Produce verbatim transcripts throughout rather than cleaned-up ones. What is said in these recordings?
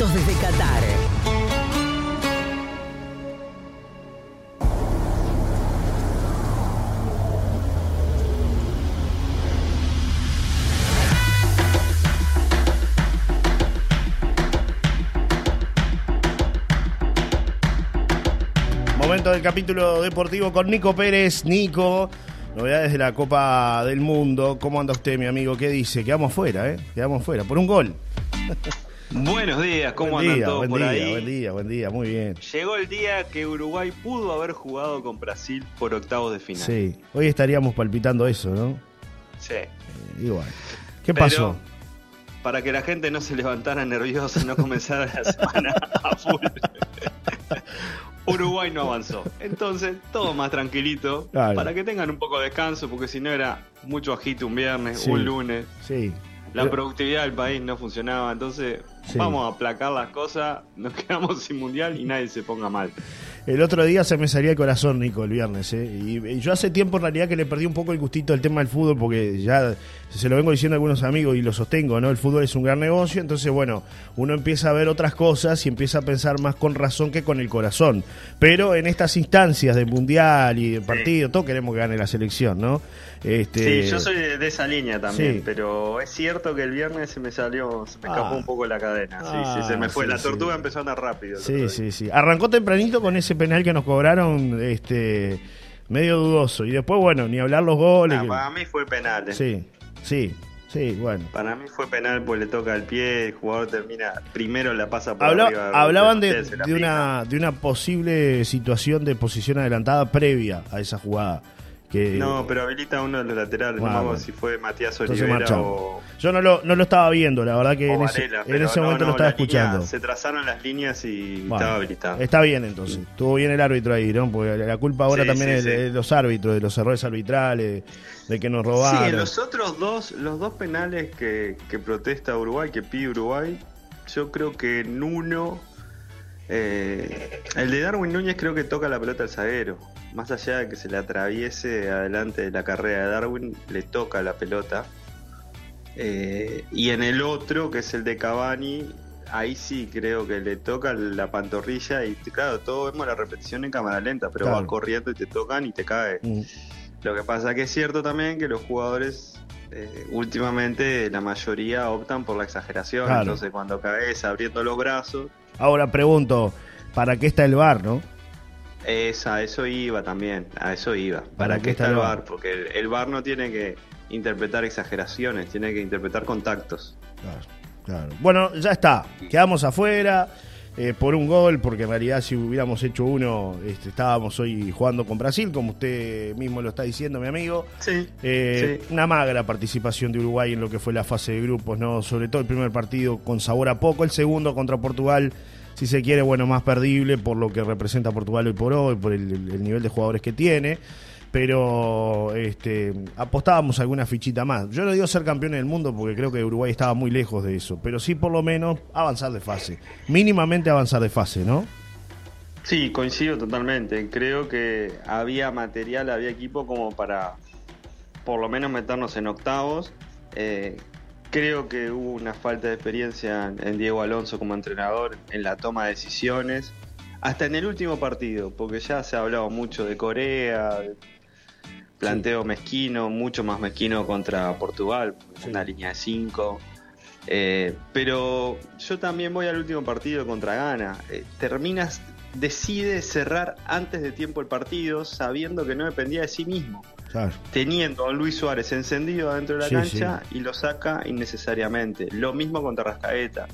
Relatos desde Qatar. Momento del capítulo deportivo con Nico Pérez. Nico, novedades de la Copa del Mundo. ¿Cómo anda usted, mi amigo? ¿Qué dice? Quedamos fuera, ¿eh? Quedamos fuera, por un gol. Buenos días, ¿cómo buen andan día, todos buen por día, ahí? Buen día, buen día, muy bien. Llegó el día que Uruguay pudo haber jugado con Brasil por octavos de final. Sí, hoy estaríamos palpitando eso, ¿no? Sí. Eh, igual. ¿Qué Pero, pasó? para que la gente no se levantara nerviosa y no comenzara la semana a full, Uruguay no avanzó. Entonces, todo más tranquilito, claro, para que tengan un poco de descanso, porque si no era mucho agito un viernes, sí, un lunes. Sí. La Pero... productividad del país no funcionaba, entonces sí, vamos a aplacar las cosas, nos quedamos sin mundial y nadie se ponga mal. El otro día se me salía el corazón, Nico, el viernes, ¿eh? Y, y yo hace tiempo en realidad que le perdí un poco el gustito del tema del fútbol, porque ya se lo vengo diciendo a algunos amigos y lo sostengo, ¿no? El fútbol es un gran negocio, entonces, bueno, uno empieza a ver otras cosas y empieza a pensar más con razón que con el corazón. Pero en estas instancias de mundial y de partido, sí, todos queremos que gane la selección, ¿no? Este... Sí, yo soy de, de esa línea también, sí, pero es cierto que el viernes se me salió, se me escapó ah, un poco la cadena, sí, ah, sí, se me fue, sí, la tortuga sí, empezó a andar rápido. Sí, sí, sí. Arrancó tempranito con ese penal que nos cobraron, este, medio dudoso, y después, bueno, ni hablar los goles. Ah, que... Para mí fue penal. ¿eh? Sí, sí. Sí, bueno. Para mí fue penal porque le toca el pie, el jugador termina, primero la pasa por Habla, arriba. Hablaban de, de, de, una, de una posible situación de posición adelantada previa a esa jugada. Que, no, pero habilita a uno de los laterales, bueno, no me acuerdo bueno, si fue Matías Olivera o... Yo no lo, no lo estaba viendo, la verdad que en, Varela, ese, en ese no, momento no, lo estaba la escuchando. Línea, se trazaron las líneas y bueno, estaba habilitado. Está bien entonces, estuvo bien el árbitro ahí, ¿no? Porque la culpa ahora sí, también sí, es de, sí. de los árbitros, de los errores arbitrales, de que nos robaron. Sí, los otros dos, los dos penales que, que protesta Uruguay, que pide Uruguay, yo creo que en uno, eh, el de Darwin Núñez creo que toca la pelota al zaguero. Más allá de que se le atraviese adelante de la carrera de Darwin, le toca la pelota. Eh, y en el otro, que es el de Cavani, ahí sí creo que le toca la pantorrilla. Y claro, todos vemos la repetición en cámara lenta, pero claro, va corriendo y te tocan y te cae. Mm. Lo que pasa que es cierto también que los jugadores eh, últimamente la mayoría optan por la exageración. Claro. Entonces cuando caes abriendo los brazos... Ahora pregunto, ¿para qué está el V A R, no? Esa, a eso iba también, a eso iba. ¿Para, ¿Para qué está el V A R? Porque el, el V A R no tiene que interpretar exageraciones, tiene que interpretar contactos. Claro, claro. Bueno, ya está, quedamos afuera eh, por un gol, porque en realidad si hubiéramos hecho uno, este, estábamos hoy jugando con Brasil, como usted mismo lo está diciendo, mi amigo. Sí, eh, sí. Una magra participación de Uruguay en lo que fue la fase de grupos, ¿no? Sobre todo el primer partido con sabor a poco, el segundo contra Portugal, si se quiere, bueno, más perdible por lo que representa Portugal hoy por hoy, por el, el nivel de jugadores que tiene, pero este, apostábamos alguna fichita más. Yo no digo ser campeones del mundo porque creo que Uruguay estaba muy lejos de eso, pero sí por lo menos avanzar de fase, mínimamente avanzar de fase, ¿no? Sí, coincido totalmente. Creo que había material, había equipo como para por lo menos meternos en octavos. Eh, Creo que hubo una falta de experiencia en Diego Alonso como entrenador en la toma de decisiones, hasta en el último partido, porque ya se ha hablado mucho de Corea, de planteo sí. mezquino, mucho más mezquino contra Portugal, sí. una línea de cinco. Eh, pero yo también voy al último partido contra Ghana. Eh, terminas, decide cerrar antes de tiempo el partido, sabiendo que no dependía de sí mismo. Claro. Teniendo a Luis Suárez encendido adentro de la sí, cancha sí. y lo saca innecesariamente. Lo mismo contra Rascaeta.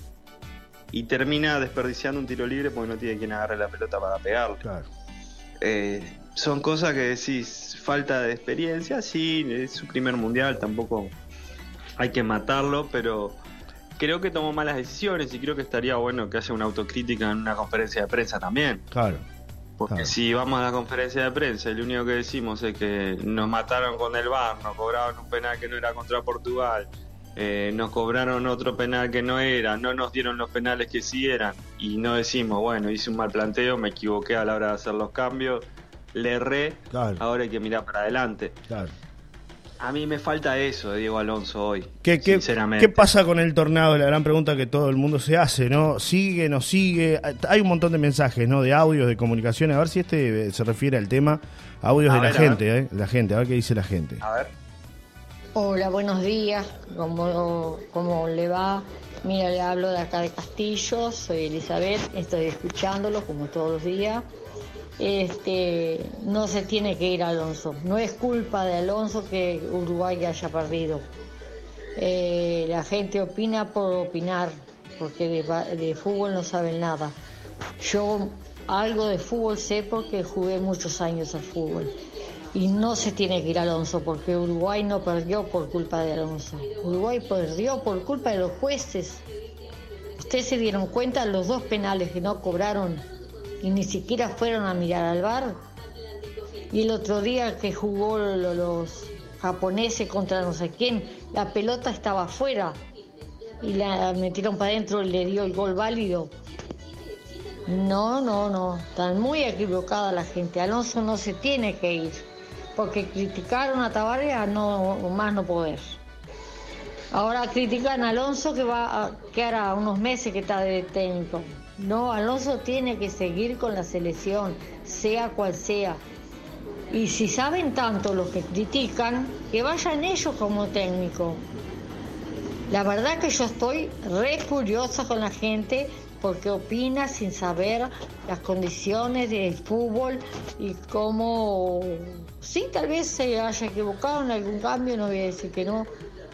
Y termina desperdiciando un tiro libre porque no tiene quien agarre la pelota para pegarle. Claro. Eh, son cosas que decís, falta de experiencia, sí, es su primer mundial, tampoco hay que matarlo, pero creo que tomó malas decisiones y creo que estaría bueno que haya una autocrítica en una conferencia de prensa también. Claro. Porque claro. si vamos a la conferencia de prensa y lo único que decimos es que nos mataron con el V A R, nos cobraron un penal que no era contra Portugal, eh, nos cobraron otro penal que no era, no nos dieron los penales que sí eran, y no decimos, bueno, hice un mal planteo, me equivoqué a la hora de hacer los cambios, le erré, claro. ahora hay que mirar para adelante. Claro. A mí me falta eso de Diego Alonso hoy, ¿Qué, qué, sinceramente. ¿Qué pasa con el Tornado? La gran pregunta que todo el mundo se hace, ¿no? ¿Sigue, no sigue? Hay un montón de mensajes, ¿no? De audios, de comunicaciones. A ver si este se refiere al tema. Audios a de ver, la gente, ¿eh? La gente, a ver qué dice la gente. A ver. Hola, buenos días. ¿Cómo, cómo le va? Mira, le hablo de acá de Castillo. Soy Elizabeth. Estoy escuchándolo como todos los días. Este, no se tiene que ir Alonso. No es culpa de Alonso que Uruguay haya perdido. Eh, la gente opina por opinar, porque de, de fútbol no saben nada. Yo algo de fútbol sé porque jugué muchos años al fútbol. Y no se tiene que ir Alonso, porque Uruguay no perdió por culpa de Alonso. Uruguay perdió por culpa de los jueces. Ustedes se dieron cuenta de los dos penales que no cobraron y ni siquiera fueron a mirar al V A R. Y el otro día que jugó lo, los japoneses contra no sé quién, la pelota estaba afuera y la metieron para adentro y le dio el gol válido. No, no, no, están muy equivocada la gente. Alonso no se tiene que ir, porque criticaron a Tavares a no, más no poder. Ahora critican a Alonso que va a, que hará unos meses que está de técnico. No, Alonso tiene que seguir con la selección, sea cual sea. Y si saben tanto los que critican, que vayan ellos como técnico. La verdad que yo estoy re curiosa con la gente porque opina sin saber las condiciones del fútbol y cómo, sí, tal vez se haya equivocado en algún cambio, no voy a decir que no,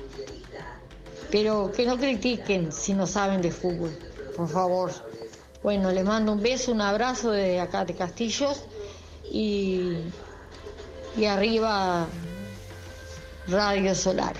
pero que no critiquen si no saben de fútbol, por favor. Bueno, les mando un beso, un abrazo desde acá de Castillos y, y arriba Radio Solar.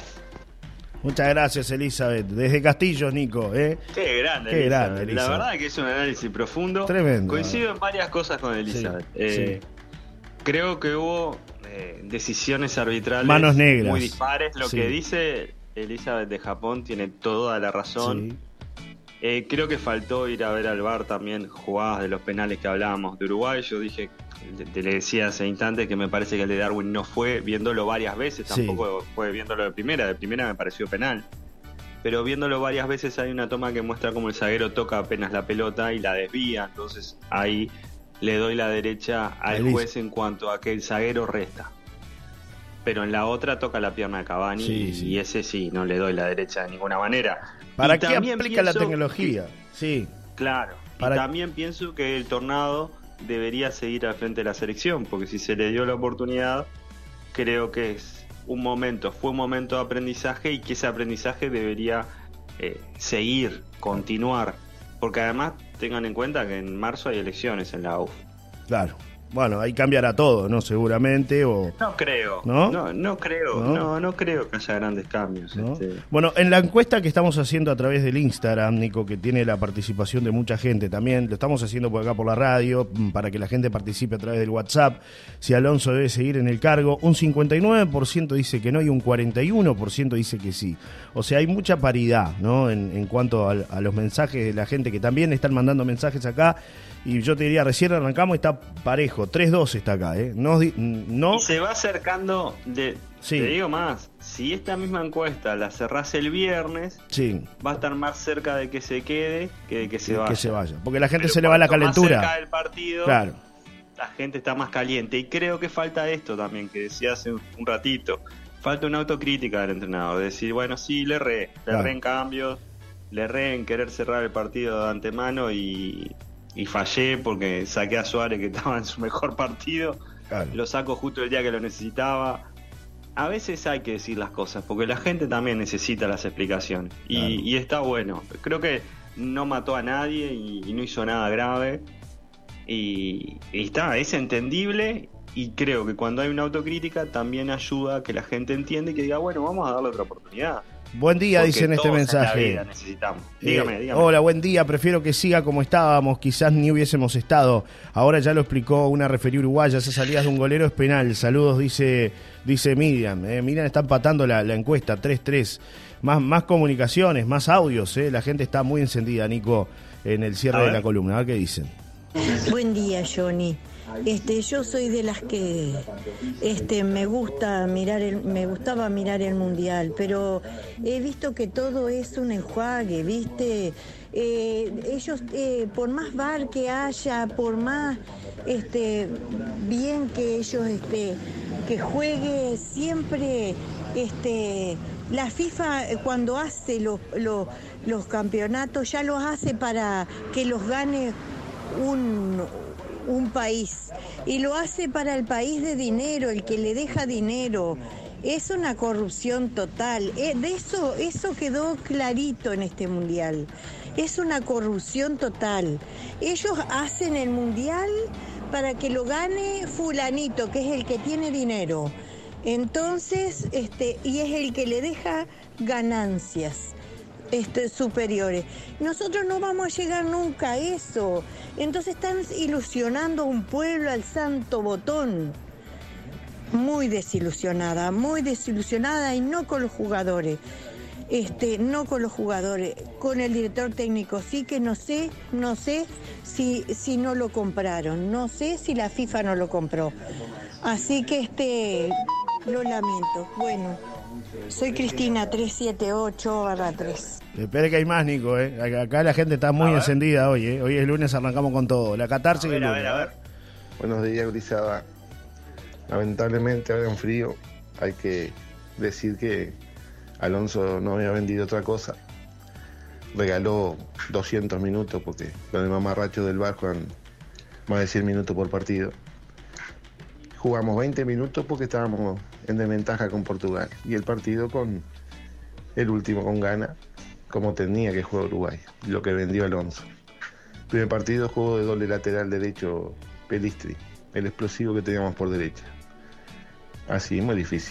Muchas gracias, Elizabeth. Desde Castillos, Nico, ¿eh? Qué grande, Qué Elizabeth. grande, Elizabeth. La verdad que es un análisis profundo. Tremendo. Coincido en varias cosas con Elizabeth. Sí, eh, sí. Creo que hubo eh, decisiones arbitrales Manos negras. muy dispares. Lo Sí. que dice Elizabeth de Japón tiene toda la razón. Sí. Eh, creo que faltó ir a ver al V A R también jugadas de los penales que hablábamos de Uruguay. Yo dije, te le decía hace instantes que me parece que el de Darwin no fue, viéndolo varias veces, tampoco sí. fue viéndolo de primera, de primera me pareció penal. Pero viéndolo varias veces hay una toma que muestra cómo el zaguero toca apenas la pelota y la desvía, entonces ahí le doy la derecha al Feliz. juez en cuanto a que el zaguero resta. Pero en la otra toca la pierna de Cavani sí, y, sí. y ese sí, no le doy la derecha de ninguna manera. ¿Para y qué aplica la tecnología? Que, sí. Claro. Para... Y también pienso que el Tornado debería seguir al frente de la selección, porque si se le dio la oportunidad, creo que es un momento, fue un momento de aprendizaje y que ese aprendizaje debería eh, seguir, continuar, porque además tengan en cuenta que en marzo hay elecciones en la U F. Claro. Bueno, ahí cambiará todo, ¿no? Seguramente, o... No creo, ¿no? No, no creo, no, no, no creo que haya grandes cambios. ¿No? Este... Bueno, en la encuesta que estamos haciendo a través del Instagram, Nico, que tiene la participación de mucha gente también, lo estamos haciendo por acá por la radio, para que la gente participe a través del WhatsApp, si Alonso debe seguir en el cargo, un cincuenta y nueve por ciento dice que no y un cuarenta y uno por ciento dice que sí. O sea, hay mucha paridad, ¿no? En, en cuanto a, a los mensajes de la gente que también están mandando mensajes acá. Y yo te diría, recién arrancamos, está parejo, tres dos está acá, ¿eh? No, no... Y se va acercando, de, sí. Te digo más, si esta misma encuesta la cerrás el viernes, sí. va a estar más cerca de que se quede que de que se vaya. Que se vaya, porque la gente Pero se le va la calentura. Más cerca del partido, claro. La gente está más caliente. Y creo que falta esto también, que decía hace un ratito, falta una autocrítica del entrenador, de decir, bueno, sí, le erré, le claro. erré en cambios, le erré en querer cerrar el partido de antemano y... y fallé porque saqué a Suárez que estaba en su mejor partido, claro. Lo saco justo el día que lo necesitaba. A veces hay que decir las cosas porque la gente también necesita las explicaciones, claro. y, y está bueno. Creo que no mató a nadie y, y no hizo nada grave y, y está, es entendible, y creo que cuando hay una autocrítica también ayuda a que la gente entienda y que diga, bueno, vamos a darle otra oportunidad. Buen día, porque dicen este mensaje. En la vida necesitamos. Dígame, eh, dígame. Hola, buen día. Prefiero que siga como estábamos. Quizás ni hubiésemos estado. Ahora ya lo explicó una referí uruguaya. Esas salidas de un golero es penal. Saludos, dice dice Miriam. Eh, Miriam está empatando la, la encuesta. tres tres. Más, más comunicaciones, más audios. Eh. La gente está muy encendida, Nico, en el cierre de la columna. A ver qué dicen. Buen día, Johnny. Este, yo soy de las que este, me gusta mirar el, me gustaba mirar el mundial, pero he visto que todo es un enjuague, ¿viste? Eh, ellos, eh, por más bar que haya, por más este, bien que ellos este, que juegue, siempre este, la FIFA cuando hace los, los, los campeonatos ya los hace para que los gane un, un país, y lo hace para el país de dinero, el que le deja dinero. Es una corrupción total. Eh, de eso, eso quedó clarito en este mundial. Es una corrupción total. Ellos hacen el mundial para que lo gane fulanito, que es el que tiene dinero. Entonces, este, y es el que le deja ganancias este, superiores. Nosotros no vamos a llegar nunca a eso. Entonces están ilusionando a un pueblo al santo botón. Muy desilusionada, muy desilusionada, y no con los jugadores. Este, no con los jugadores, con el director técnico sí, que no sé, no sé si, si no lo compraron, no sé si la FIFA no lo compró. Así que este, lo lamento. Bueno, soy Cristina trescientos setenta y ocho barra tres. Espere que hay más, Nico, ¿eh? Acá la gente está muy encendida hoy, ¿eh? Hoy es lunes, arrancamos con todo. La catarsis y el lunes. A ver, a ver. Buenos días, Grisada. Lamentablemente ahora en frío hay que decir que Alonso no había vendido otra cosa. Regaló doscientos minutos porque con el mamarracho del bar juegan más de cien minutos por partido. Jugamos veinte minutos porque estábamos en desventaja con Portugal, y el partido con el último con gana, como tenía que jugar Uruguay, lo que vendió Alonso. Primer partido, juego de doble lateral derecho, Pelistri, el explosivo que teníamos por derecha. Así, muy difícil.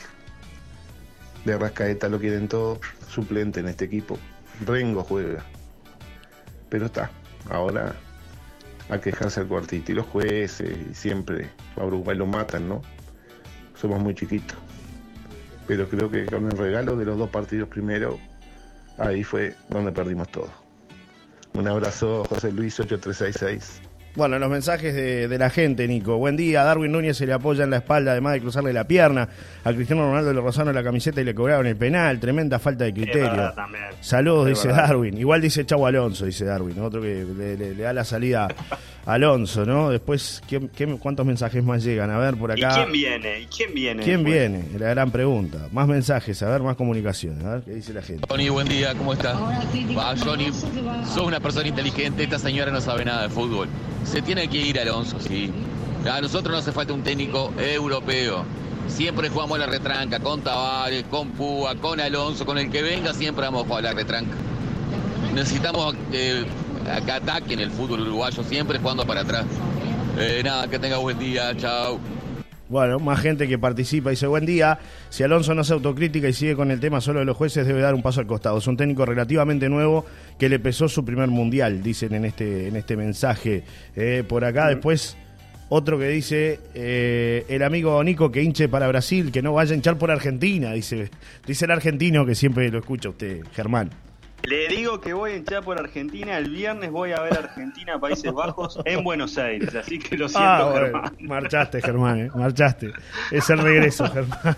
De Rascaeta lo quieren todo, suplente en este equipo. Rengo juega, pero está, ahora a quejarse al cuartito. Y los jueces siempre a Uruguay lo matan, ¿no? Somos muy chiquitos. Pero creo que con el regalo de los dos partidos primero, ahí fue donde perdimos todo. Un abrazo, José Luis ocho tres seis seis. Bueno, los mensajes de, de la gente, Nico. Buen día, a Darwin Núñez se le apoya en la espalda, además de cruzarle la pierna. A Cristiano Ronaldo le rozaron la camiseta y le cobraron el penal. Tremenda falta de criterio. Saludos, dice verdad. Darwin. Igual dice Chau Alonso, dice Darwin. Otro que le, le, le da la salida a Alonso, ¿no? Después, ¿qué, qué, ¿cuántos mensajes más llegan? A ver, por acá. ¿Y quién viene? ¿Y quién viene? ¿Quién después? viene? Es la gran pregunta. Más mensajes, a ver, más comunicación. A ver, ¿qué dice la gente? Johnny, buen día, ¿cómo estás? Va, Johnny, sos una persona inteligente. Esta señora no sabe nada de fútbol. Se tiene que ir Alonso, sí. A nosotros no hace falta un técnico europeo. Siempre jugamos la retranca, con Tavares, con Púa, con Alonso, con el que venga siempre vamos a jugar la retranca. Necesitamos eh, que ataquen el fútbol uruguayo, siempre jugando para atrás. Eh, nada, que tenga buen día, chao. Bueno, más gente que participa, dice buen día. Si Alonso no hace autocrítica y sigue con el tema solo de los jueces, debe dar un paso al costado. Es un técnico relativamente nuevo que le pesó su primer mundial, dicen en este en este mensaje. Eh, por acá después otro que dice eh, el amigo Nico que hinche para Brasil, que no vaya a hinchar por Argentina, dice dice el argentino que siempre lo escucha usted, Germán. Le digo que voy a hinchar por Argentina. El viernes voy a ver Argentina, Países Bajos, en Buenos Aires. Así que lo siento, ah, bueno, Germán. Marchaste, Germán, ¿eh? Marchaste. Es el regreso, Germán.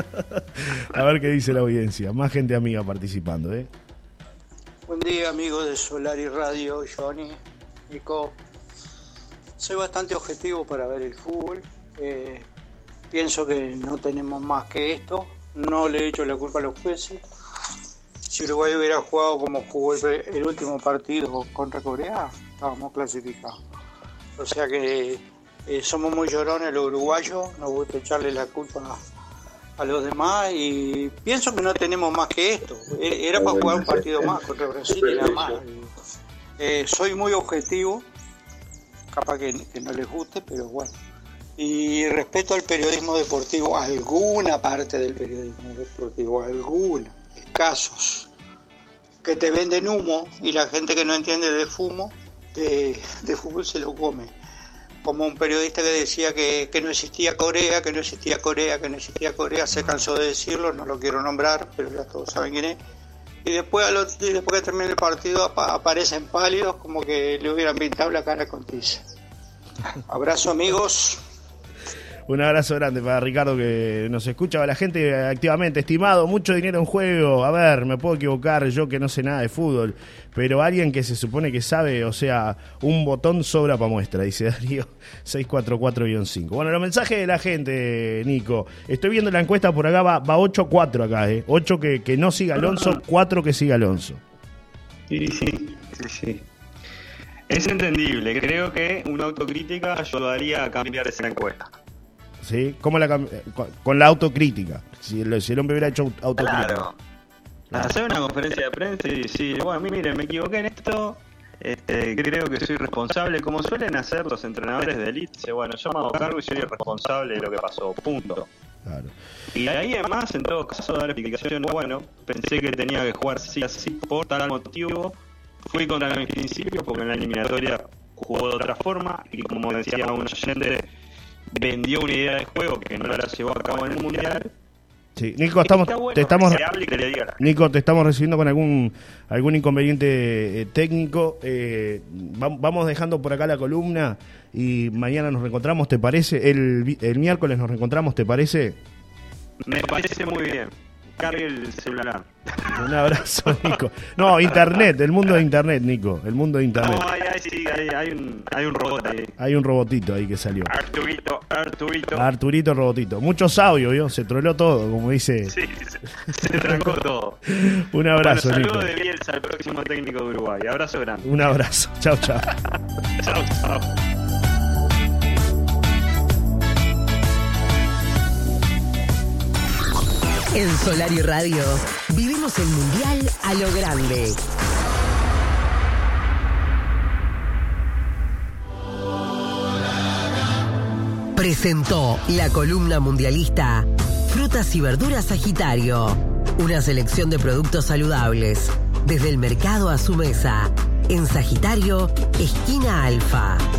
A ver qué dice la audiencia. Más gente amiga participando, ¿eh? Buen día, amigos de Solar y Radio, Johnny, Nico. Soy bastante objetivo para ver el fútbol. Eh, pienso que no tenemos más que esto. No le he hecho la culpa a los jueces. Si Uruguay hubiera jugado como jugó el, el último partido contra Corea, estábamos clasificados. O sea que eh, somos muy llorones los uruguayos, nos gusta echarle la culpa a, a los demás, y pienso que no tenemos más que esto. Era para jugar un partido más contra Brasil y nada más. Eh, soy muy objetivo, capaz que, que no les guste, pero bueno. Y respeto al periodismo deportivo, alguna parte del periodismo deportivo, alguna. Casos que te venden humo, y la gente que no entiende de fumo de, de fútbol se lo come, como un periodista que decía que, que no existía Corea, que no existía Corea, que no existía Corea, se cansó de decirlo, no lo quiero nombrar, pero ya todos saben quién es, y después, a lo, y después que termine el partido ap- aparecen pálidos como que le hubieran pintado la cara con tiza. Abrazo, amigos. Un abrazo grande para Ricardo que nos escucha, a la gente activamente. Estimado, mucho dinero en juego. A ver, me puedo equivocar, yo que no sé nada de fútbol, pero alguien que se supone que sabe, o sea, un botón sobra para muestra, dice Darío seis cuatro cuatro guión cinco. Bueno, los mensajes de la gente, Nico. Estoy viendo la encuesta por acá, va, va ocho cuatro acá, ¿eh? ocho que, que no siga Alonso, cuatro que siga Alonso. Sí, sí, sí, sí. Es entendible. Creo que una autocrítica ayudaría a cambiar esa encuesta. ¿Sí? ¿Cómo la cam- con la autocrítica? Si el, si el hombre hubiera hecho autocrítica. Claro. Hacer una conferencia de prensa y decir, bueno, miren, me equivoqué en esto, este, creo que soy responsable, como suelen hacer los entrenadores de élite. Dice, bueno, yo me hago cargo y soy el responsable de lo que pasó, punto. Claro. Y ahí además, en todo caso, dar explicaciones. Bueno, pensé que tenía que jugar sí así por tal motivo, fui contra mis principios porque en la eliminatoria jugó de otra forma y como decía un oyente, vendió una idea de juego que no la llevó a cabo en el Mundial. Sí, Nico, estamos, bueno te estamos, que hable y que le diga. Nico, te estamos recibiendo con algún algún inconveniente eh, técnico. Eh, va, vamos dejando por acá la columna y mañana nos reencontramos, ¿te parece? El, el miércoles nos reencontramos, ¿te parece? Me parece muy bien. Cargue el celular. Un abrazo, Nico. No, internet, el mundo de internet, Nico. El mundo de internet. No, hay, hay, sí, hay, hay, un, hay un robot ahí. Hay un robotito ahí que salió. Arturito, Arturito. Arturito robotito. Muchos audios, ¿vio? Se troleó todo, como dice. Sí, se, se trancó todo. Un abrazo, bueno, Nico. saludo de Bielsa, el próximo técnico de Uruguay. Abrazo grande. Un abrazo. Chao, chao. Chao, chao. En Solar y Radio vivimos el Mundial a lo grande. Presentó la columna mundialista Frutas y Verduras Sagitario. Una selección de productos saludables. Desde el mercado a su mesa. En Sagitario, esquina Alfa.